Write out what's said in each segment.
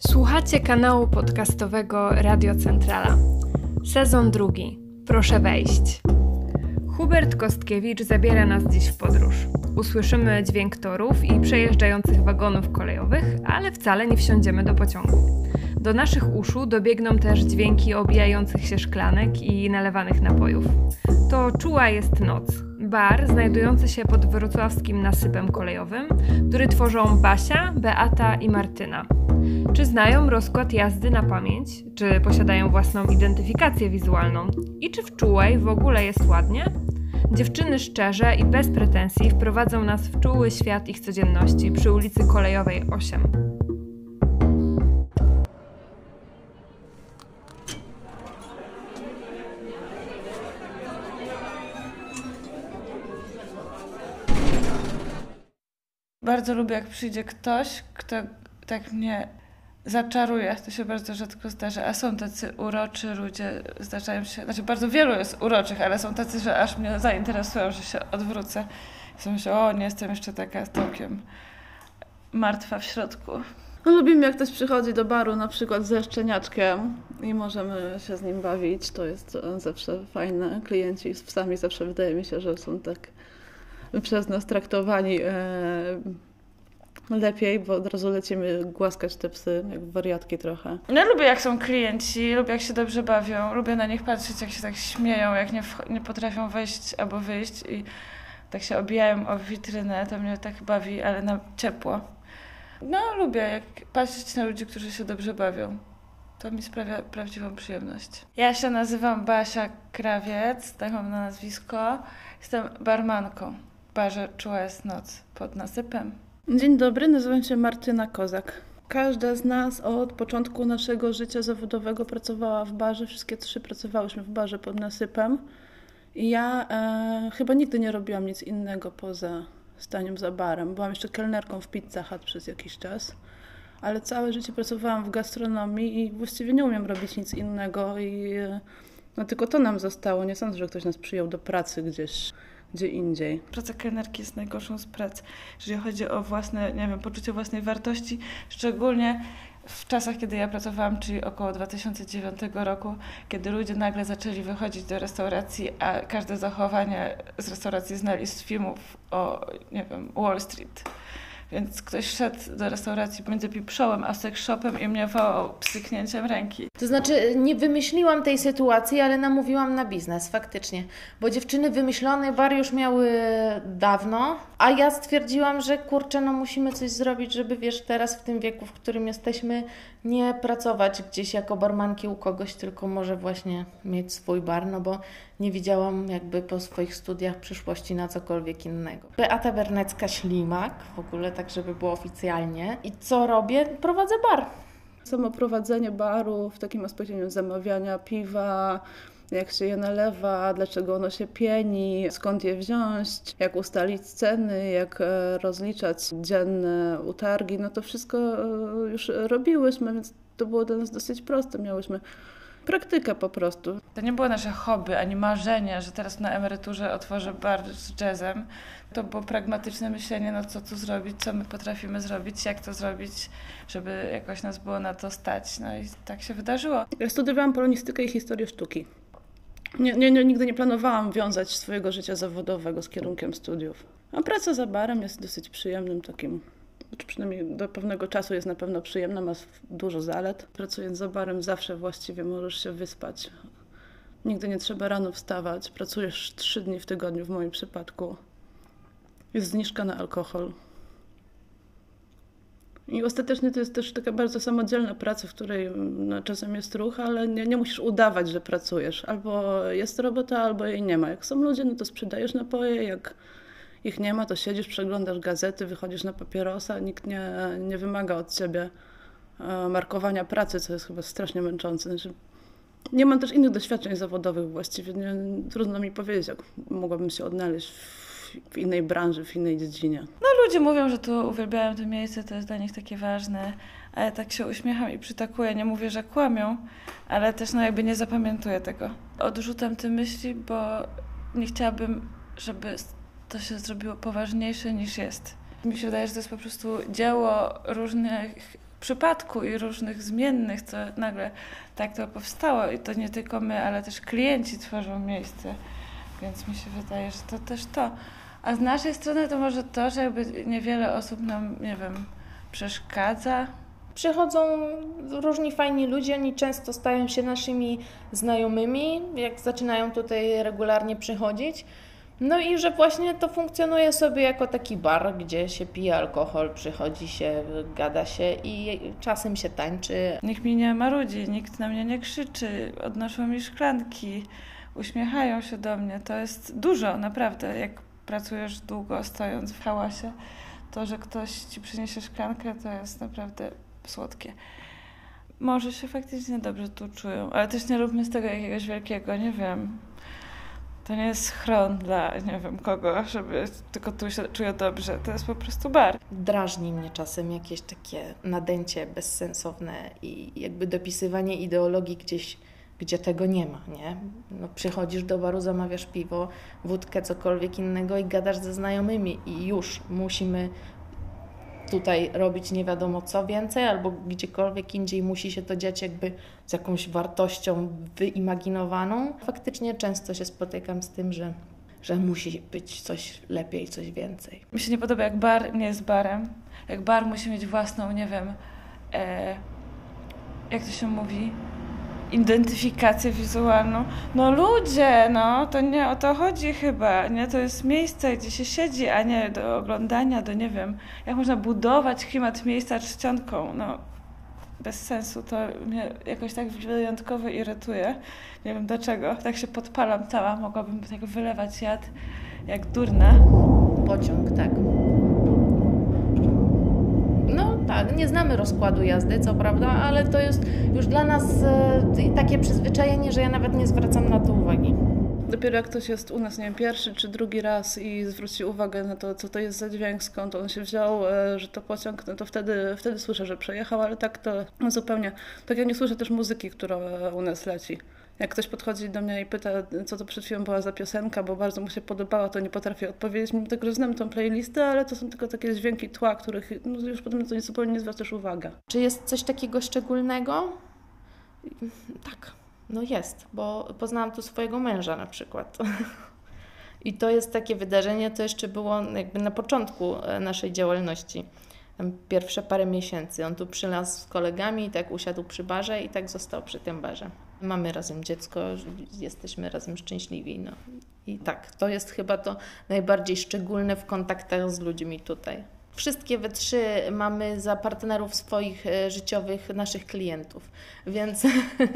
Słuchacie kanału podcastowego Radio Centrala. Sezon 2. Proszę wejść. Hubert Kostkiewicz zabiera nas dziś w podróż. Usłyszymy dźwięk torów i przejeżdżających wagonów kolejowych, ale wcale nie wsiądziemy do pociągu. Do naszych uszu dobiegną też dźwięki obijających się szklanek i nalewanych napojów. To Czuła jest noc. Bar znajdujący się pod wrocławskim nasypem kolejowym, który tworzą Basia, Beata i Martyna. Czy znają rozkład jazdy na pamięć? Czy posiadają własną identyfikację wizualną? I czy w Czułej w ogóle jest ładnie? Dziewczyny szczerze i bez pretensji wprowadzą nas w czuły świat ich codzienności przy ulicy Kolejowej 8. Bardzo lubię, jak przyjdzie ktoś, kto tak mnie zaczaruje. To się bardzo rzadko zdarza, a są tacy uroczy ludzie, zdarzają się, znaczy bardzo wielu jest uroczych, ale są tacy, że aż mnie zainteresują, że się odwrócę. I sobie myślę, o, nie jestem jeszcze taka całkiem martwa w środku. No, lubimy, jak ktoś przychodzi do baru na przykład ze szczeniaczkiem i możemy się z nim bawić. To jest zawsze fajne. Klienci z psami zawsze wydaje mi się, że są tak przez nas traktowani lepiej, bo od razu lecimy głaskać te psy, jak wariatki trochę. Ja lubię, jak są klienci, lubię, jak się dobrze bawią, lubię na nich patrzeć, jak się tak śmieją, jak nie potrafią wejść albo wyjść i tak się obijają o witrynę, to mnie tak bawi, ale na ciepło. No, lubię, jak patrzeć na ludzi, którzy się dobrze bawią. To mi sprawia prawdziwą przyjemność. Ja się nazywam Basia Krawiec, tak mam na nazwisko. Jestem barmanką w barze Czuła jest noc pod nasypem. Dzień dobry, nazywam się Martyna Kozak. Każda z nas od początku naszego życia zawodowego pracowała w barze. Wszystkie trzy pracowałyśmy w barze pod nasypem. I ja chyba nigdy nie robiłam nic innego poza staniem za barem. Byłam jeszcze kelnerką w Pizza Hut przez jakiś czas. Ale całe życie pracowałam w gastronomii i właściwie nie umiem robić nic innego. I no, tylko to nam zostało. Nie sądzę, że ktoś nas przyjął do pracy gdzie indziej. Praca kelnerki jest najgorszą z prac, jeżeli chodzi o własne, nie wiem, poczucie własnej wartości, szczególnie w czasach, kiedy ja pracowałam, czyli około 2009 roku, kiedy ludzie nagle zaczęli wychodzić do restauracji, a każde zachowanie z restauracji znali z filmów o, nie wiem, Wall Street. Więc ktoś szedł do restauracji między pieprzołem a sex shopem i mnie wołał psyknięciem ręki. To znaczy nie wymyśliłam tej sytuacji, ale namówiłam na biznes, faktycznie. Bo dziewczyny wymyślony bar już miały dawno, a ja stwierdziłam, że kurczę, no musimy coś zrobić, żeby wiesz, teraz w tym wieku, w którym jesteśmy, nie pracować gdzieś jako barmanki u kogoś, tylko może właśnie mieć swój bar, no bo nie widziałam jakby po swoich studiach przyszłości na cokolwiek innego. Beata Bernecka-Ślimak, w ogóle tak, żeby było oficjalnie. I co robię? Prowadzę bar. Samo prowadzenie baru w takim aspekcie, nie wiem, zamawiania piwa, jak się je nalewa, dlaczego ono się pieni, skąd je wziąć, jak ustalić ceny, jak rozliczać dzienne utargi, no to wszystko już robiłyśmy, więc to było dla nas dosyć proste. Miałyśmy praktykę po prostu. To nie było nasze hobby, ani marzenie, że teraz na emeryturze otworzę bar z jazzem. To było pragmatyczne myślenie, no co tu zrobić, co my potrafimy zrobić, jak to zrobić, żeby jakoś nas było na to stać. No i tak się wydarzyło. Ja studiowałam polonistykę i historię sztuki. Nigdy nie planowałam wiązać swojego życia zawodowego z kierunkiem studiów. A praca za barem jest dosyć przyjemnym takim, czy przynajmniej do pewnego czasu jest na pewno przyjemna, ma dużo zalet. Pracując za barem zawsze właściwie możesz się wyspać. Nigdy nie trzeba rano wstawać. Pracujesz 3 dni w tygodniu w moim przypadku. Jest zniżka na alkohol. I ostatecznie to jest też taka bardzo samodzielna praca, w której no, czasem jest ruch, ale nie musisz udawać, że pracujesz. Albo jest robota, albo jej nie ma. Jak są ludzie, no to sprzedajesz napoje, jak ich nie ma, to siedzisz, przeglądasz gazety, wychodzisz na papierosa, nikt nie wymaga od ciebie markowania pracy, co jest chyba strasznie męczące. Znaczy, nie mam też innych doświadczeń zawodowych właściwie. Trudno mi powiedzieć, jak mogłabym się odnaleźć w innej branży, w innej dziedzinie. No ludzie mówią, że tu uwielbiają to miejsce, to jest dla nich takie ważne, a ja tak się uśmiecham i przytakuję. Nie mówię, że kłamią, ale też no jakby nie zapamiętuję tego. Odrzucam te myśli, bo nie chciałabym, żeby to się zrobiło poważniejsze niż jest. Mi się wydaje, że to jest po prostu dzieło różnych przypadku i różnych zmiennych, co nagle tak to powstało i to nie tylko my, ale też klienci tworzą miejsce, więc mi się wydaje, że to też to. A z naszej strony to może to, że jakby niewiele osób nam, nie wiem, przeszkadza. Przychodzą różni fajni ludzie, oni często stają się naszymi znajomymi, jak zaczynają tutaj regularnie przychodzić. No i że właśnie to funkcjonuje sobie jako taki bar, gdzie się pije alkohol, przychodzi się, gada się i czasem się tańczy. Nikt mi nie marudzi, nikt na mnie nie krzyczy, odnoszą mi szklanki, uśmiechają się do mnie. To jest dużo, naprawdę. Jak pracujesz długo stojąc w hałasie, to, że ktoś ci przyniesie szklankę, to jest naprawdę słodkie. Może się faktycznie dobrze tu czują, ale też nie róbmy z tego jakiegoś wielkiego, nie wiem. To nie jest schron dla nie wiem kogo, żeby tylko tu się czuję dobrze. To jest po prostu bar. Drażni mnie czasem jakieś takie nadęcie bezsensowne i jakby dopisywanie ideologii gdzieś, gdzie tego nie ma, nie? No, przychodzisz do baru, zamawiasz piwo, wódkę, cokolwiek innego i gadasz ze znajomymi i już musimy tutaj robić nie wiadomo co więcej, albo gdziekolwiek indziej musi się to dziać jakby z jakąś wartością wyimaginowaną. Faktycznie często się spotykam z tym, że musi być coś lepiej, coś więcej. Mi się nie podoba, jak bar nie jest barem. Jak bar musi mieć własną, nie wiem, jak to się mówi, identyfikację wizualną. No ludzie, no, to nie o to chodzi chyba, nie? To jest miejsce, gdzie się siedzi, a nie do oglądania, do nie wiem, jak można budować klimat miejsca czcionką, no, bez sensu, to mnie jakoś tak wyjątkowo irytuje. Nie wiem dlaczego, tak się podpalam cała, mogłabym tak wylewać jad jak durna. Pociąg, tak. No tak, nie znamy rozkładu jazdy, co prawda, ale to jest już dla nas takie przyzwyczajenie, że ja nawet nie zwracam na to uwagi. Dopiero jak ktoś jest u nas, nie wiem, pierwszy czy drugi raz i zwróci uwagę na to, co to jest za dźwięk, skąd on się wziął, że to pociąg, no to wtedy słyszę, że przejechał, ale tak to zupełnie. Tak ja nie słyszę też muzyki, która u nas leci. Jak ktoś podchodzi do mnie i pyta, co to przed chwilą była za piosenka, bo bardzo mu się podobała, to nie potrafię odpowiedzieć, mimo tego, że znam tą playlistę, ale to są tylko takie dźwięki tła, których no, już potem to zupełnie nie zwracasz uwagę. Czy jest coś takiego szczególnego? Tak, no jest, bo poznałam tu swojego męża na przykład. I to jest takie wydarzenie, to jeszcze było jakby na początku naszej działalności. Tam pierwsze parę miesięcy. On tu przylazł z kolegami i tak usiadł przy barze i tak został przy tym barze. Mamy razem dziecko, jesteśmy razem szczęśliwi. No. I tak, to jest chyba to najbardziej szczególne w kontaktach z ludźmi tutaj. Wszystkie we trzy mamy za partnerów swoich życiowych naszych klientów, więc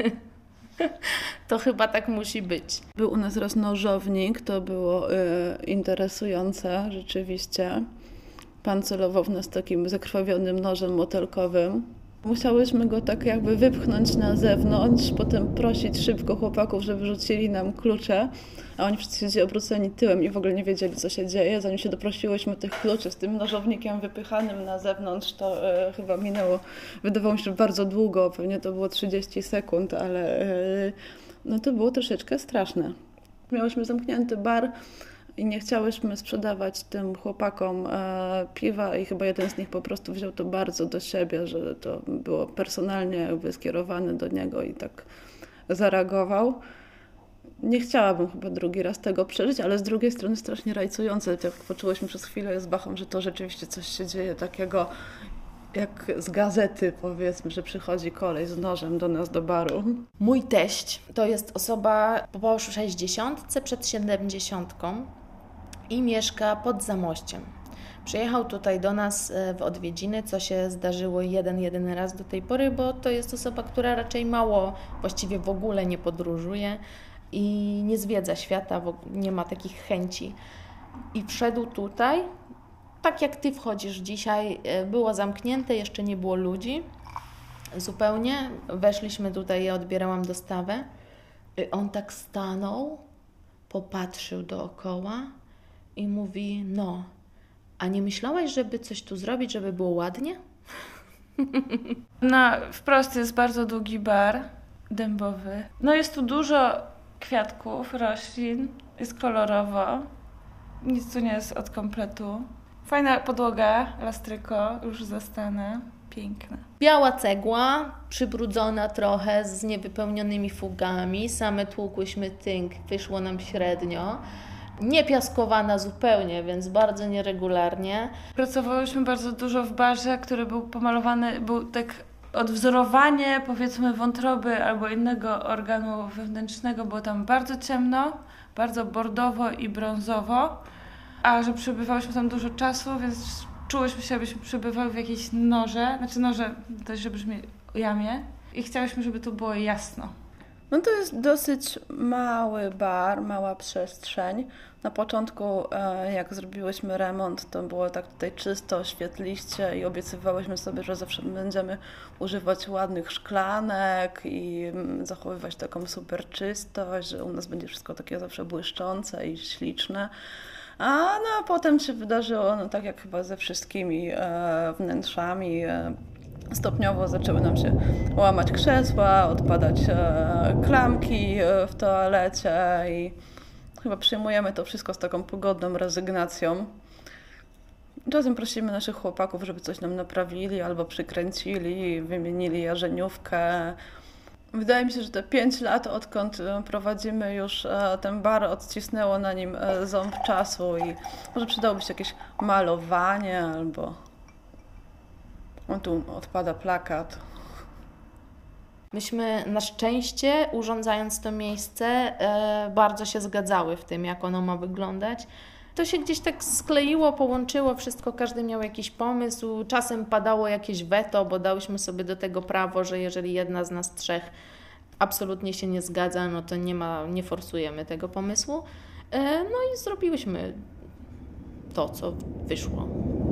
to chyba tak musi być. Był u nas raz nożownik, to było interesujące rzeczywiście. Pan celował w nas takim zakrwawionym nożem motelkowym. Musiałyśmy go tak jakby wypchnąć na zewnątrz, potem prosić szybko chłopaków, żeby rzucili nam klucze, a oni wszyscy siedzieli obróceni tyłem i w ogóle nie wiedzieli, co się dzieje. Zanim się doprosiłyśmy tych kluczy z tym nożownikiem wypychanym na zewnątrz, to chyba minęło, wydawało mi się, bardzo długo, pewnie to było 30 sekund, ale no to było troszeczkę straszne. Miałyśmy zamknięty bar i nie chciałyśmy sprzedawać tym chłopakom piwa i chyba jeden z nich po prostu wziął to bardzo do siebie, że to było personalnie jakby skierowane do niego i tak zareagował. Nie chciałabym chyba drugi raz tego przeżyć, ale z drugiej strony strasznie rajcujące. Tak poczułyśmy przez chwilę z Bachą, że to rzeczywiście coś się dzieje takiego jak z gazety, powiedzmy, że przychodzi kolej z nożem do nas do baru. Mój teść to jest osoba po 60, przed 70 i mieszka pod Zamościem. Przyjechał tutaj do nas w odwiedziny, co się zdarzyło jedyny raz do tej pory, bo to jest osoba, która raczej mało, właściwie w ogóle nie podróżuje i nie zwiedza świata, nie ma takich chęci. I wszedł tutaj, tak jak Ty wchodzisz dzisiaj, było zamknięte, jeszcze nie było ludzi zupełnie. Weszliśmy tutaj, ja odbierałam dostawę. On tak stanął, popatrzył dookoła i mówi, no, a nie myślałaś, żeby coś tu zrobić, żeby było ładnie? Wprost jest bardzo długi bar dębowy. No jest tu dużo kwiatków, roślin, jest kolorowo. Nic tu nie jest od kompletu. Fajna podłoga, lastryko, już zastane. Piękne. Biała cegła, przybrudzona trochę z niewypełnionymi fugami. Same tłukłyśmy tynk, wyszło nam średnio. Nie piaskowana zupełnie, więc bardzo nieregularnie. Pracowałyśmy bardzo dużo w barze, który był pomalowany, był tak odwzorowanie powiedzmy wątroby albo innego organu wewnętrznego, było tam bardzo ciemno, bardzo bordowo i brązowo, a że przebywałyśmy tam dużo czasu, więc czułyśmy się, abyśmy przebywały w jakiejś norze, to źle brzmi, jamie i chciałyśmy, żeby tu było jasno. No to jest dosyć mały bar, mała przestrzeń. Na początku, jak zrobiłyśmy remont, to było tak tutaj czysto, świetliście i obiecywałyśmy sobie, że zawsze będziemy używać ładnych szklanek i zachowywać taką super czystość, że u nas będzie wszystko takie zawsze błyszczące i śliczne. A potem się wydarzyło, tak jak chyba ze wszystkimi wnętrzami, stopniowo zaczęły nam się łamać krzesła, odpadać klamki w toalecie i chyba przyjmujemy to wszystko z taką pogodną rezygnacją. Czasem prosimy naszych chłopaków, żeby coś nam naprawili albo przykręcili, wymienili jarzeniówkę. Wydaje mi się, że te 5 lat, odkąd prowadzimy już ten bar, odcisnęło na nim ząb czasu i może przydałoby się jakieś malowanie albo... tu odpada plakat. Myśmy na szczęście, urządzając to miejsce, bardzo się zgadzały w tym, jak ono ma wyglądać. To się gdzieś tak skleiło, połączyło wszystko, każdy miał jakiś pomysł. Czasem padało jakieś weto, bo dałyśmy sobie do tego prawo, że jeżeli jedna z nas 3 absolutnie się nie zgadza, no to nie forsujemy tego pomysłu. No i zrobiłyśmy to, co wyszło.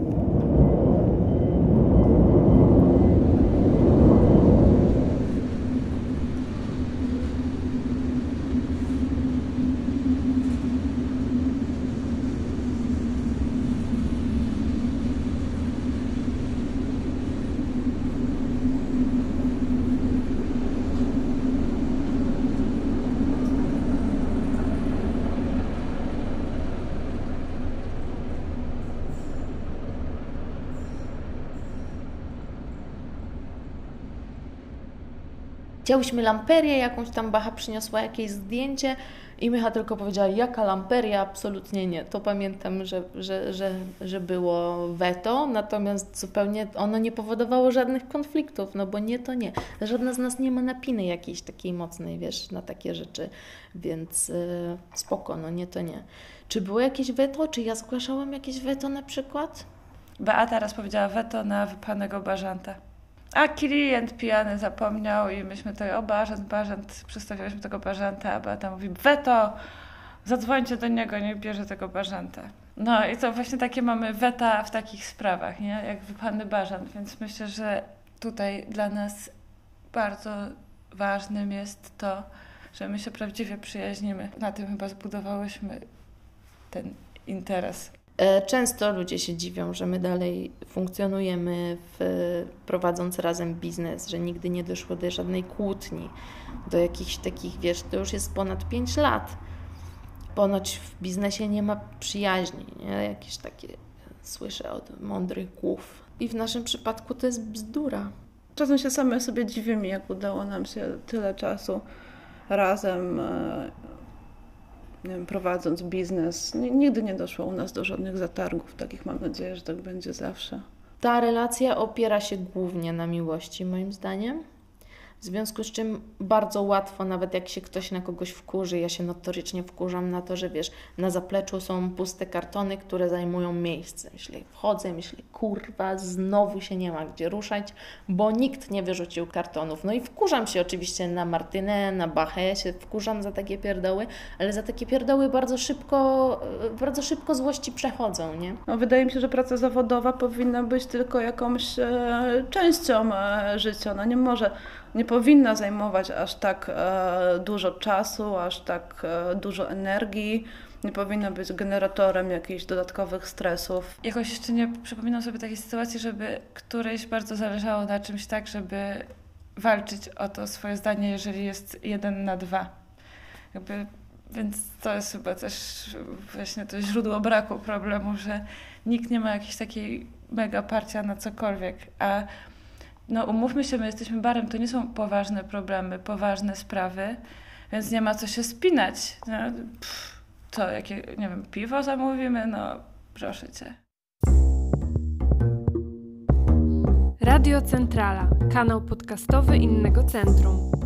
Chciałyśmy lamperię, jakąś tam Bacha przyniosła jakieś zdjęcie i Micha tylko powiedziała, jaka lamperia? Absolutnie nie. To pamiętam, że było weto, natomiast zupełnie ono nie powodowało żadnych konfliktów, no bo nie to nie. Żadna z nas nie ma napiny jakiejś takiej mocnej, wiesz, na takie rzeczy, więc spoko, no nie to nie. Czy było jakieś weto? Czy ja zgłaszałam jakieś weto na przykład? Beata raz powiedziała weto na wypanego bażanta. A klient pijany zapomniał i myśmy to, bażant, przedstawialiśmy tego bażanta, a Beata mówi, weto, zadzwońcie do niego, niech bierze tego bażanta. No i to właśnie takie mamy weta w takich sprawach, nie? Jak wypany bażant, więc myślę, że tutaj dla nas bardzo ważnym jest to, że my się prawdziwie przyjaźnimy. Na tym chyba zbudowałyśmy ten interes. Często ludzie się dziwią, że my dalej funkcjonujemy prowadząc razem biznes, że nigdy nie doszło do żadnej kłótni, do jakichś takich, wiesz, to już jest ponad 5 lat. Ponoć w biznesie nie ma przyjaźni, nie? Jakieś takie słyszę od mądrych głów. I w naszym przypadku to jest bzdura. Czasem się same sobie dziwimy, jak udało nam się tyle czasu razem nie wiem, prowadząc biznes. Nigdy nie doszło u nas do żadnych zatargów. Takich mam nadzieję, że tak będzie zawsze. Ta relacja opiera się głównie na miłości, moim zdaniem. W związku z czym bardzo łatwo, nawet jak się ktoś na kogoś wkurzy, ja się notorycznie wkurzam na to, że wiesz, na zapleczu są puste kartony, które zajmują miejsce. Wchodzę, myślę, kurwa, znowu się nie ma gdzie ruszać, bo nikt nie wyrzucił kartonów. No i wkurzam się oczywiście na Martynę, na Bachę, się wkurzam za takie pierdoły, ale za takie pierdoły bardzo szybko złości przechodzą, nie? No, wydaje mi się, że praca zawodowa powinna być tylko jakąś częścią życia. Ona nie powinna zajmować aż tak dużo czasu, aż tak dużo energii, nie powinna być generatorem jakichś dodatkowych stresów. Jakoś jeszcze nie przypominam sobie takiej sytuacji, żeby którejś bardzo zależało na czymś tak, żeby walczyć o to swoje zdanie, jeżeli jest 1-2. Więc to jest chyba też właśnie to źródło braku problemu, że nikt nie ma jakiejś takiej mega parcia na cokolwiek, a no umówmy się, my jesteśmy barem, to nie są poważne problemy, poważne sprawy, więc nie ma co się spinać. No, co, jakie, nie wiem, piwo zamówimy? No, proszę cię. Radio Centrala, kanał podcastowy Innego Centrum.